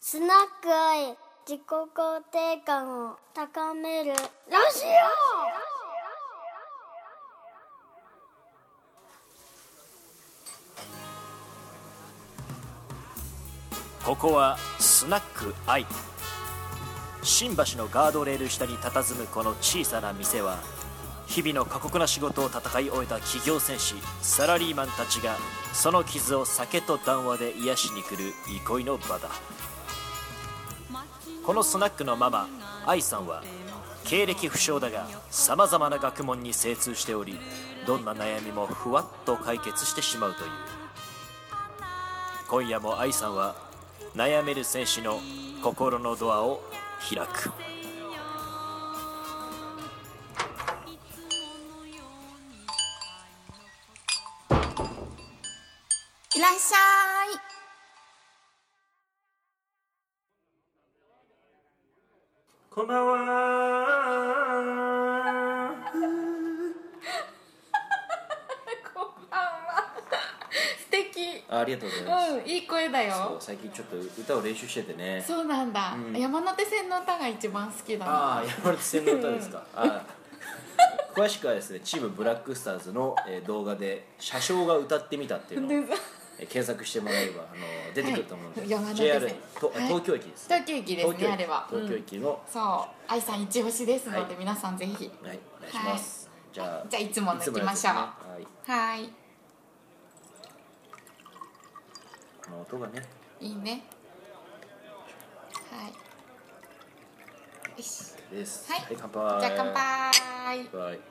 スナック愛、自己肯定感を高めるラジここはスナック愛。新橋のガードレール下に佇むこの小さな店は、日々の過酷な仕事を戦い終えた企業戦士サラリーマンたちがその傷を酒と談話で癒しに来る憩いの場だ。このスナックのママ愛さんは経歴不詳だがさまざまな学問に精通しており、どんな悩みもふわっと解決してしまうという。今夜も愛さんは悩める選手の心のドアを開く。 いらっしゃい。 こんばんは。 こんばんは。素敵。 ありがとうございます。 いい声だよ。 そう、最近ちょっと歌を練習しててね。 そうなんだ、山手線の歌が一番好きだな。 山手線の歌ですか。詳しくはですね、チームブラックスターズの動画で車掌が歌ってみたっていうのを検索してもらえば出てくると思うんで、 はい、山手線 JR 東京駅です。 東京駅ですね、あれは東京駅の、 そう愛さん一押しですので、皆さんぜひはい、お願いします。じゃあいつもの行きましょう。はい。 この音がねいいね。はい。よしです。 はい、 乾杯。 じゃあ乾杯。 乾杯。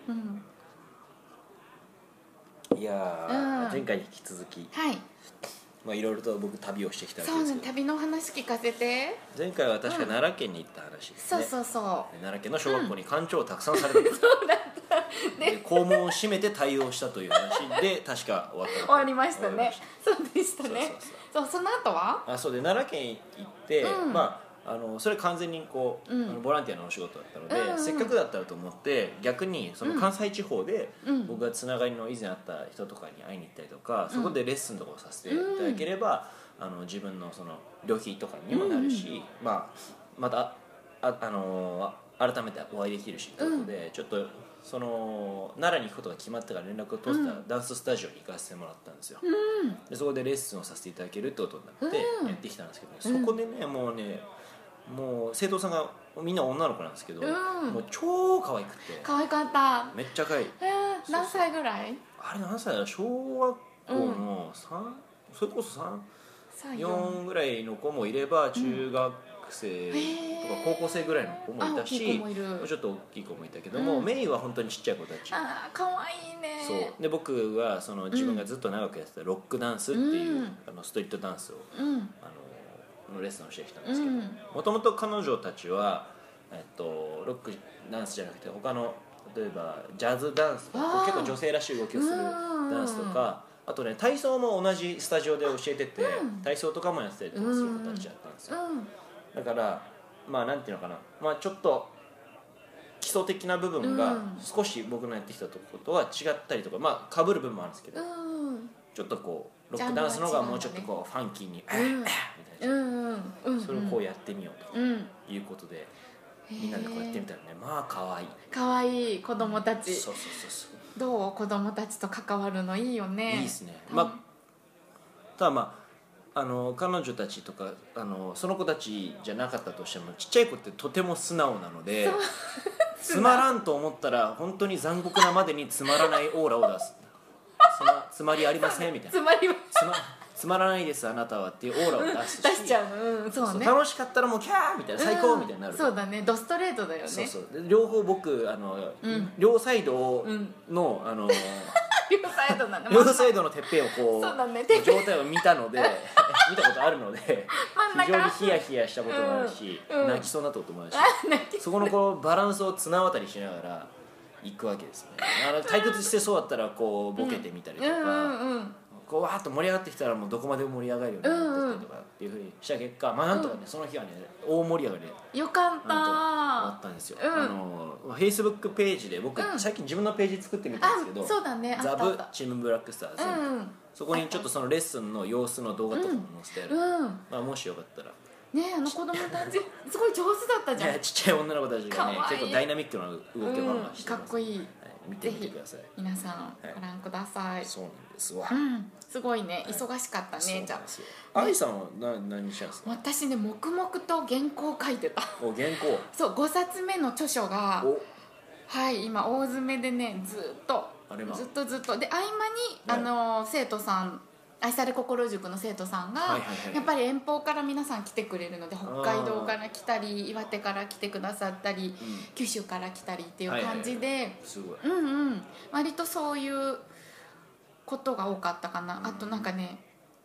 いや前回に引き続き、いろいろと僕旅をしてきたわけですけど、 そうね、旅の話聞かせて。 前回は確か奈良県に行った話ですね。 そう奈良県の小学校に館長をたくさんされてた、 そうだったで校門を閉めて対応したという話で確か終わった。 終わりましたね。そうでしたね。そうその後はそうで奈良県行って、それ完全にこう、ボランティアのお仕事だったので、せっかくだったらと思って逆にその関西地方で、僕がつながりの以前あった人とかに会いに行ったりとか、そこでレッスンとかをさせていただければ、自分のその旅費とかにもなるし、また改めてお会いできるしということで、ちょっとその奈良に行くことが決まってから連絡を取ったダンススタジオに行かせてもらったんですよ。でそこでレッスンをさせていただけるってことになってやってきたんですけど、そこでねもう生徒さんがみんな女の子なんですけど、もう超可愛くて、 可愛かった。 めっちゃ可愛い。 何歳ぐらい？ あれ何歳だろう、小学校のそれこそ4ぐらいの子もいれば、中学生とか高校生ぐらいの子もいたし、ちょっと大きい子もいたけども、メインは本当にちっちゃい子たち。 可愛いね。 そうで僕はその自分がずっと長くやってたロックダンスっていう、ストリートダンスを、のレッスンをしてきたんですけど、もともと彼女たちは、ロックダンスじゃなくて他の例えばジャズダンスとか、結構女性らしい動きをするダンスとか、あとね体操も同じスタジオで教えてて、体操とかもやってたりする子たちだったんですよ。だからなんていうのかな、ちょっと基礎的な部分が少し僕のやってきたところとは違ったりとか、被る部分もあるんですけど、ちょっとこうロックダンスの方がもうちょっとこうファンキーにみたいな、それをこうやってみようということで、みんなでこうやってみたらね、可愛い可愛い子供たち。 そうどう？子供たちと関わるのいいよね。 いいですね。ただ彼女たちとかその子たちじゃなかったとしても、ちっちゃい子ってとても素直なので、つまらんと思ったら本当に残酷なまでにつまらないオーラを出す。つまりありませんみたいな、つまらないですあなたはっていうオーラを出すし、 出しちゃう。そうね。 楽しかったらもうキャーみたいな、最高みたいになる。 そうだね、ドストレートだよね。 そう両方僕両サイドの両サイドのてっぺんをこう状態を見たので見たことあるので、非常にヒヤヒヤしたこともあるし、泣きそうになったこともあるし、そこのこうバランスを綱渡りしながら行くわけですね。退屈してそうだったらこうボケてみたりとか、こうわーっと盛り上がってきたらもうどこまでも盛り上がるようになってきたりとかっていうふうにした結果、なんとかねその日はね大盛り上がりでよかった。 終わったんですよ。Facebook ページで僕最近自分のページ作ってみたんですけど、 そうだね、 ザブチームブラックスターズ、そこにちょっとそのレッスンの様子の動画とかも載せてある、もしよかったらね、子供たちすごい上手だったじゃん。 ちっちゃい女の子たちがねかわいい結構ダイナミックな動きをバンバンしてかっます、 こいい。 はい、見てみてください。 皆さんご覧ください。 そうなんですわ、 すごいね、忙しかったね。じゃあ愛さんは何したんですか？ 私ね、黙々と原稿書いてた。 お原稿。 そう、5冊目の著書がおはい今大詰めでね、ずっとで合間に、生徒さん、愛され心塾の生徒さんが、やっぱり遠方から皆さん来てくれるので、北海道から来たり岩手から来てくださったり、九州から来たりっていう感じで、 すごい、 割とそういうことが多かったかな。あとなんかね、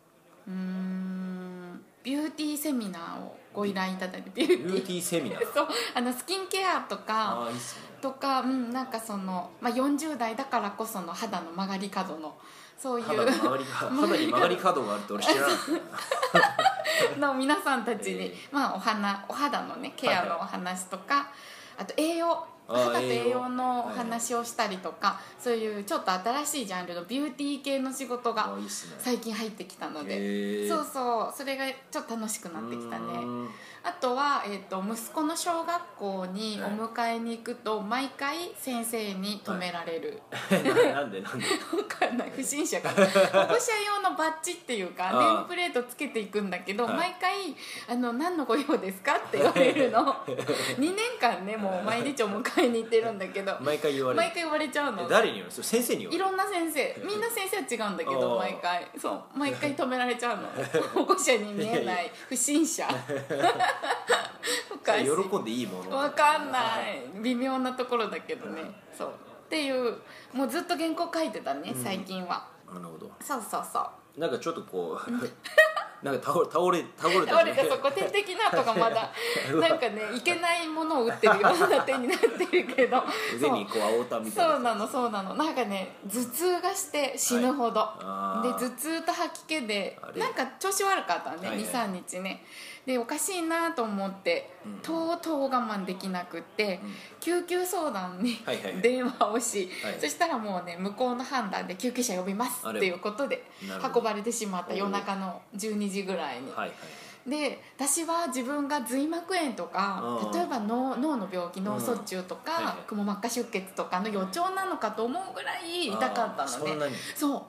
ビューティーセミナーをご依頼いただいて、ビューティーセミナーそうスキンケアとかいいっすね、 とか、なんかその、40代だからこその肌の曲がり角のそういう肌に曲がり角があるって俺知らなかったの皆さんたちに、お肌のねケアのお話とか、あと栄養、肌と栄養のお話をしたりとか、そういうちょっと新しいジャンルのビューティー系の仕事が最近入ってきたので、それがちょっと楽しくなってきたね。あとは、息子の小学校にお迎えに行くと、毎回先生に止められる、 なんで分かんない、不審者が保護者用のバッジっていうかネームプレートつけていくんだけど、毎回何のご用ですかって言われるの2年間ね、もう毎日お迎えに行ってるんだけど毎回言われちゃうの。誰に言われる？先生に言われる？いろんな先生、みんな先生は違うんだけど、毎回止められちゃうの保護者に見えない不審者喜んでいいもの？ 分かんない、微妙なところだけどね、そうっていう、もうずっと原稿書いてたね、最近は。 なるほど。 そうなんかちょっとこうなんか倒れたそこ点滴なとかまだなんかね、いけないものを打ってるような手になってるけど腕にこう青たみたいな。 そうなのなんかね、頭痛がして死ぬほど、で頭痛と吐き気でなんか調子悪かったね、23日ね。でおかしいなと思って、とうとう我慢できなくって、救急相談に電話をし、そしたらもうね、向こうの判断で救急車呼びますっていうことで運ばれてしまった、夜中の12時ぐらいに。で私は自分が髄膜炎とか、例えば脳の病気、脳卒中とか、くも膜下出血とかの予兆なのかと思うぐらい痛かったのね。そう、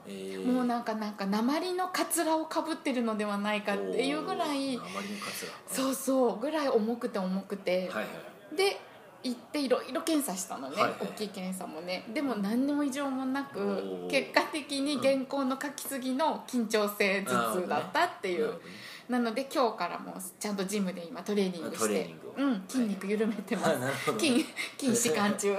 もうなんか鉛のカツラをかぶってるのではないかっていうぐらい、そうぐらい重くて、で行っていろいろ検査したのね、大きい検査もね。でも何にも異常もなく、結果的に原稿の書きすぎの緊張性頭痛だったっていう。なので今日からもちゃんとジムで今トレーニングして、筋肉緩めてます。筋弛緩中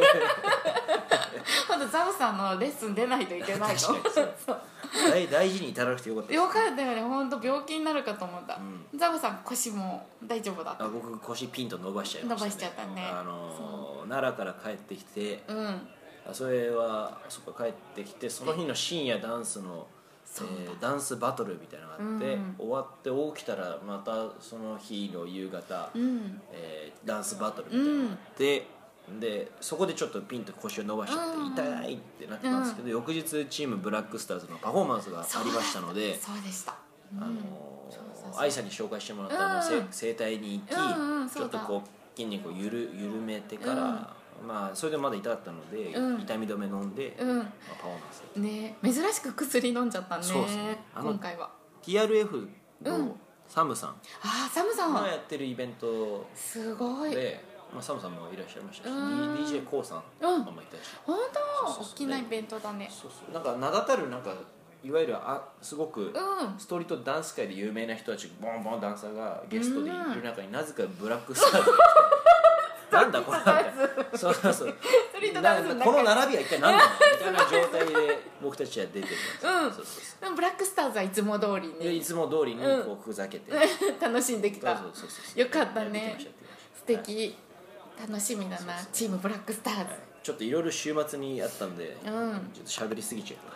今度ザボさんのレッスン出ないといけないの大事に至らなくてよかったです。 よかったよね、本当病気になるかと思った。ザボさん腰も大丈夫だった？ 僕腰ピンと伸ばしちゃいましたね。 伸ばしちゃったね。 奈良から帰ってきて、それは帰ってきて、その日の深夜ダンスのダンスバトルみたいなのがあって、終わって起きたらまたその日の夕方、ダンスバトルみたいなのがあって、でそこでちょっとピンと腰を伸ばしちゃって痛いってなってたんですけど、翌日チームブラックスターズのパフォーマンスがありましたので、 そうでした。 愛さんに紹介してもらった整体に行き、ちょっとこう筋肉を緩めてから、それでまだ痛かったので、痛み止め飲んで、パフォーマンスね、珍しく薬飲んじゃったね。そうですね、今回は TRF のサムさんサムさんがやってるイベントすごいで、サムさんもいらっしゃいましたし、DJ コウさんもいたし、 本当大きなイベントだね。 なんか名だたるいわゆるすごくストリートダンス界で有名な人たち、ボンボンダンサーがゲストでいる中に、なぜかブラックスターズがなんだこれみたいな、そうこの並びは一体何なのみたいな状態で僕たちは出てるんですよ。 ブラックスターズはいつも通りにこうふざけて楽しんできた。よかったね、素敵、楽しみだな、チームブラックスターズ。 ちょっといろいろ週末にあったんで、ちょっと喋りすぎちゃう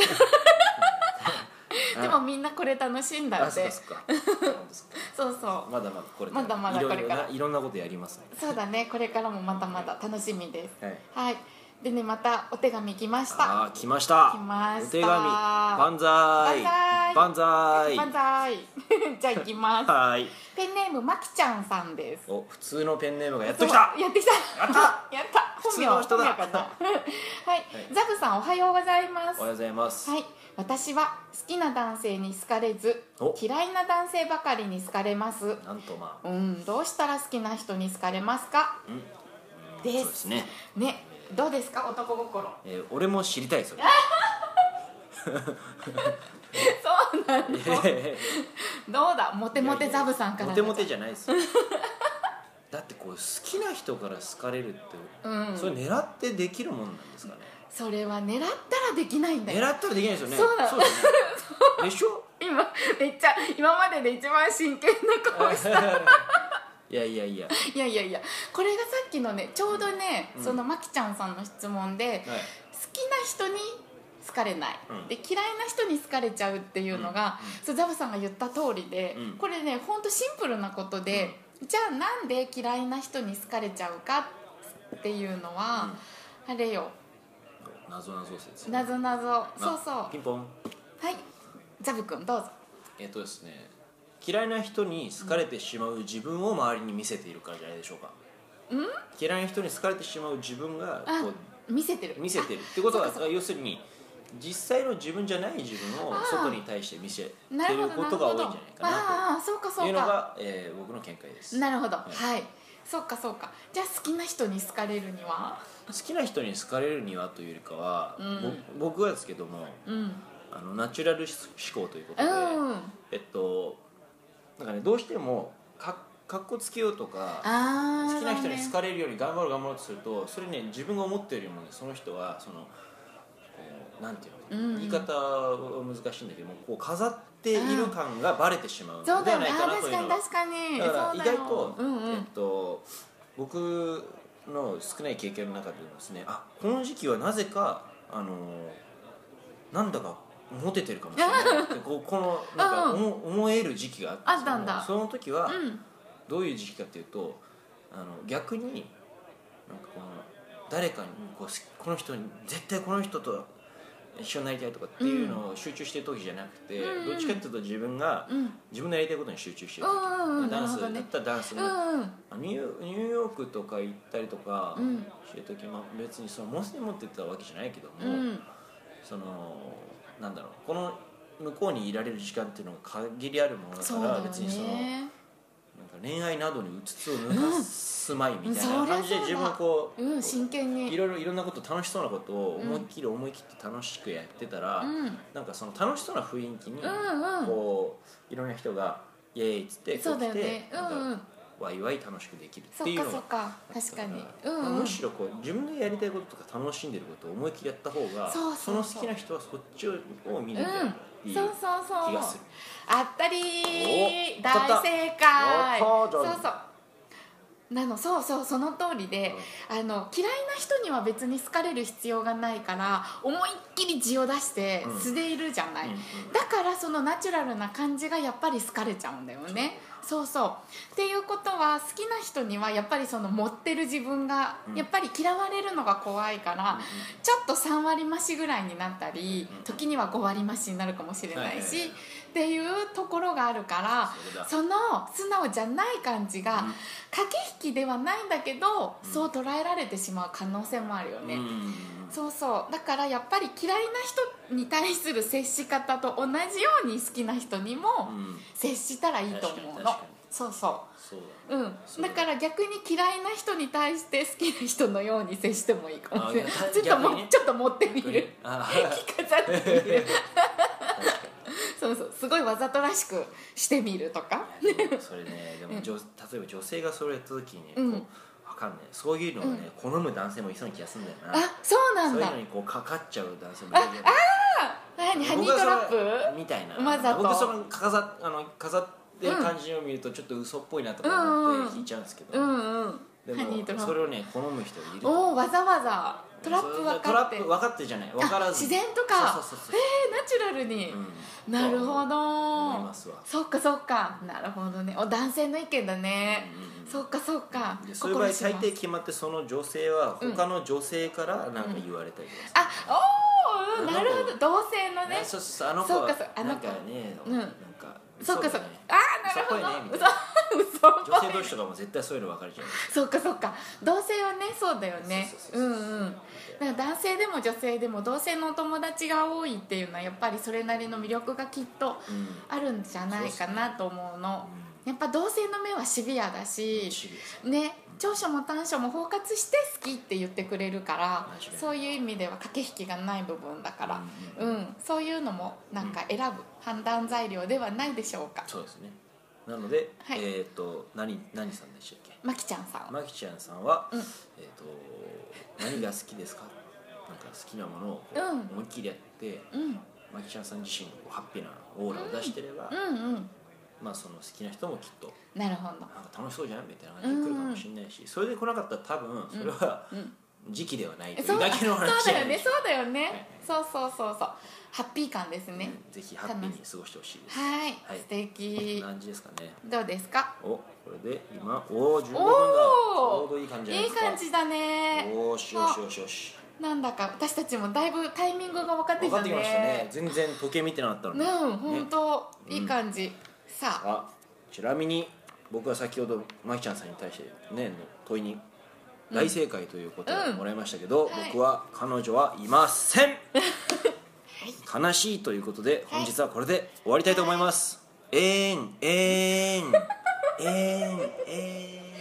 でもみんなこれ楽しんだって。そうまだまだこれからいろんなことやりますね。 そうだね、これからもまだまだ楽しみです。はい、 でね、またお手紙来ました。 あー、来ました。 来ました。 お手紙。万歳。万歳。 万歳。じゃあ行きます。 はい。 ペンネームまきちゃんさんです。 お、普通のペンネームがやってきた。 やってきた。 やった。 やった。 普通の人だ。 本名かな。はい。ザブさんおはようございます。 おはようございます。 はい。私は好きな男性に好かれず、嫌いな男性ばかりに好かれます。 なんとまあ。 どうしたら好きな人に好かれますか。です。 そうですね。 ね。どうですか、男心。 俺も知りたい、それ。 そうなんだ。どうだ、モテモテザブさんから。 モテモテじゃないですよ。だってこう好きな人から好かれるって、それ狙ってできるもんなんですかね。 それは狙ったらできないんだよ。 狙ったらできないですよね。 そうだ。 そうですね。でしょ。 今めっちゃ今までで一番真剣な顔した。いやこれがさっきのね、ちょうどね、そのまきちゃんさんの質問で、好きな人に好かれない、で嫌いな人に好かれちゃうっていうのが、そうザブさんが言った通りで、これねほんとシンプルなことで、じゃあなんで嫌いな人に好かれちゃうかっていうのは、あれよ、 謎説。 謎そうそう。 ピンポン。 はい、ザブくんどうぞ。 ですね、嫌いな人に好かれてしまう自分を周りに見せているからじゃないでしょうか。嫌いな人に好かれてしまう自分がこう見せてるってことは、要するに実際の自分じゃない自分を外に対して見せてることが多いんじゃないかなというのが、僕の見解です。 なるほど。はい、そうか。じゃあ好きな人に好かれるには、 好きな人に好かれるにはというよりかは、僕はですけども、ナチュラル思考ということで、なんかね、どうしてもかっこつけようとか、好きな人に好かれるように頑張ろうとすると、それね、自分が思っているよりもね、その人はそのなんていうの、言い方は難しいんだけども、こう飾っている感がバレてしまうのではないかなというのが、 確かにだから意外と、僕の少ない経験の中でですね、この時期はなぜかなんだかモテてるかもしれないってこのなんか思える時期があったんですけど、その時はどういう時期かっていうと、逆になんかこの誰かにこの人に絶対この人と一緒になりたいとかっていうのを集中してる時じゃなくて、どっちかっていうと自分のやりたいことに集中してる時、ダンスだったらダンス、ニューヨークとか行ったりとかしてる時、別にそのモテてたわけじゃないけども、そのなんだろう、この向こうにいられる時間っていうのが限りあるものだから、別にそのなんか恋愛などにうつつを抜かすまいみたいな感じで、自分こう真剣にいろんなこと、楽しそうなことを思い切って楽しくやってたら、なんかその楽しそうな雰囲気にこういろんな人がイエーイっつってこう来て、ワイワイ楽しくできるっていうのが、 確かに、 むしろこう自分でやりたいこととか楽しんでることを思い切りやった方が、その好きな人はそっちを見るんだよっていう気がする。 あったりー、大正解。その通りで、嫌いな人には別に好かれる必要がないから、思いっきり地を出して素でいるじゃない、だからそのナチュラルな感じがやっぱり好かれちゃうんだよね。っていうことは、好きな人にはやっぱりその持ってる自分がやっぱり嫌われるのが怖いから、ちょっと3割増しぐらいになったり、時には5割増しになるかもしれないし、っていうところがあるから、その素直じゃない感じが駆け引きではないんだけど、そう捉えられてしまう可能性もあるよね。だからやっぱり嫌いな人に対する接し方と同じように好きな人にも接したらいいと思うの。だから逆に嫌いな人に対して好きな人のように接してもいいかもしれない。ちょっと持ってみる、着飾ってみるすごいわざとらしくしてみるとか。 それね、でも例えば女性がそれやった時にね、わかんない、そういうのをね、好む男性もいそうな気がするんだよな。 そうなんだ。 そういうのにこうかかっちゃう男性もいるじゃない。 ハニートラップみたいな。 僕その飾ってる感じを見るとちょっと嘘っぽいなとか思って引いちゃうんですけど、でもそれをね好む人いる。 わざわざトラップ分かってじゃない、分からず自然とか、ナチュラルに、なるほど、そっかなるほどね。男性の意見だね。 そうかそうか。 でそういう場合大抵決まって、その女性は他の女性からなんか言われたりとかする、 あ、おお、なるほど、同性のね。 そうそう、あの子はなんかね、なんかそうかそうか、ああ、なるほど、 嘘っぽいねみたいな、 嘘っぽい、 女性同士とかも絶対そういうの分かるじゃないですか。 そうかそうか、同性はね、そうだよね。 そうそうそうそう、 うんうん。だから男性でも女性でも同性のお友達が多いっていうのはやっぱりそれなりの魅力がきっとあるんじゃないかなと思うの。やっぱ同性の目はシビアだし、ね、長所も短所も包括して好きって言ってくれるから、そういう意味では駆け引きがない部分だから、そういうのもなんか選ぶ判断材料ではないでしょうか。 そうですね。なので、 はい、 何さんでしたっけ？ まきちゃんさん。 まきちゃんさんは、何が好きですか？なんか好きなものを思いっきりやって、まきちゃんさん自身がハッピーなオーラを出してれば、まあその好きな人もきっとなるほど、 なんか楽しそうじゃんみたいな感じで来るかもしれないし、それで来なかったら多分それは時期ではないというだけの話じゃないでしょう。 そうだよね、そうそうそうそう、ハッピー感ですね。 ぜひハッピーに過ごしてほしいです。 はい、素敵。 こんな感じですかね。 どうですか？ これで今15分だ。ちょうどいい感じじゃないですか。 いい感じだね。 よしよしよしよし。 なんだか私たちもだいぶタイミングが分かってきたね。 分かってきましたね。全然時計見てなかったので。 本当いい感じ。さあ、 ちなみに僕は先ほどまきちゃんさんに対してねの問いに大正解ということをもらいましたけど、僕は彼女はいません。悲しいということで本日はこれで終わりたいと思います。えーん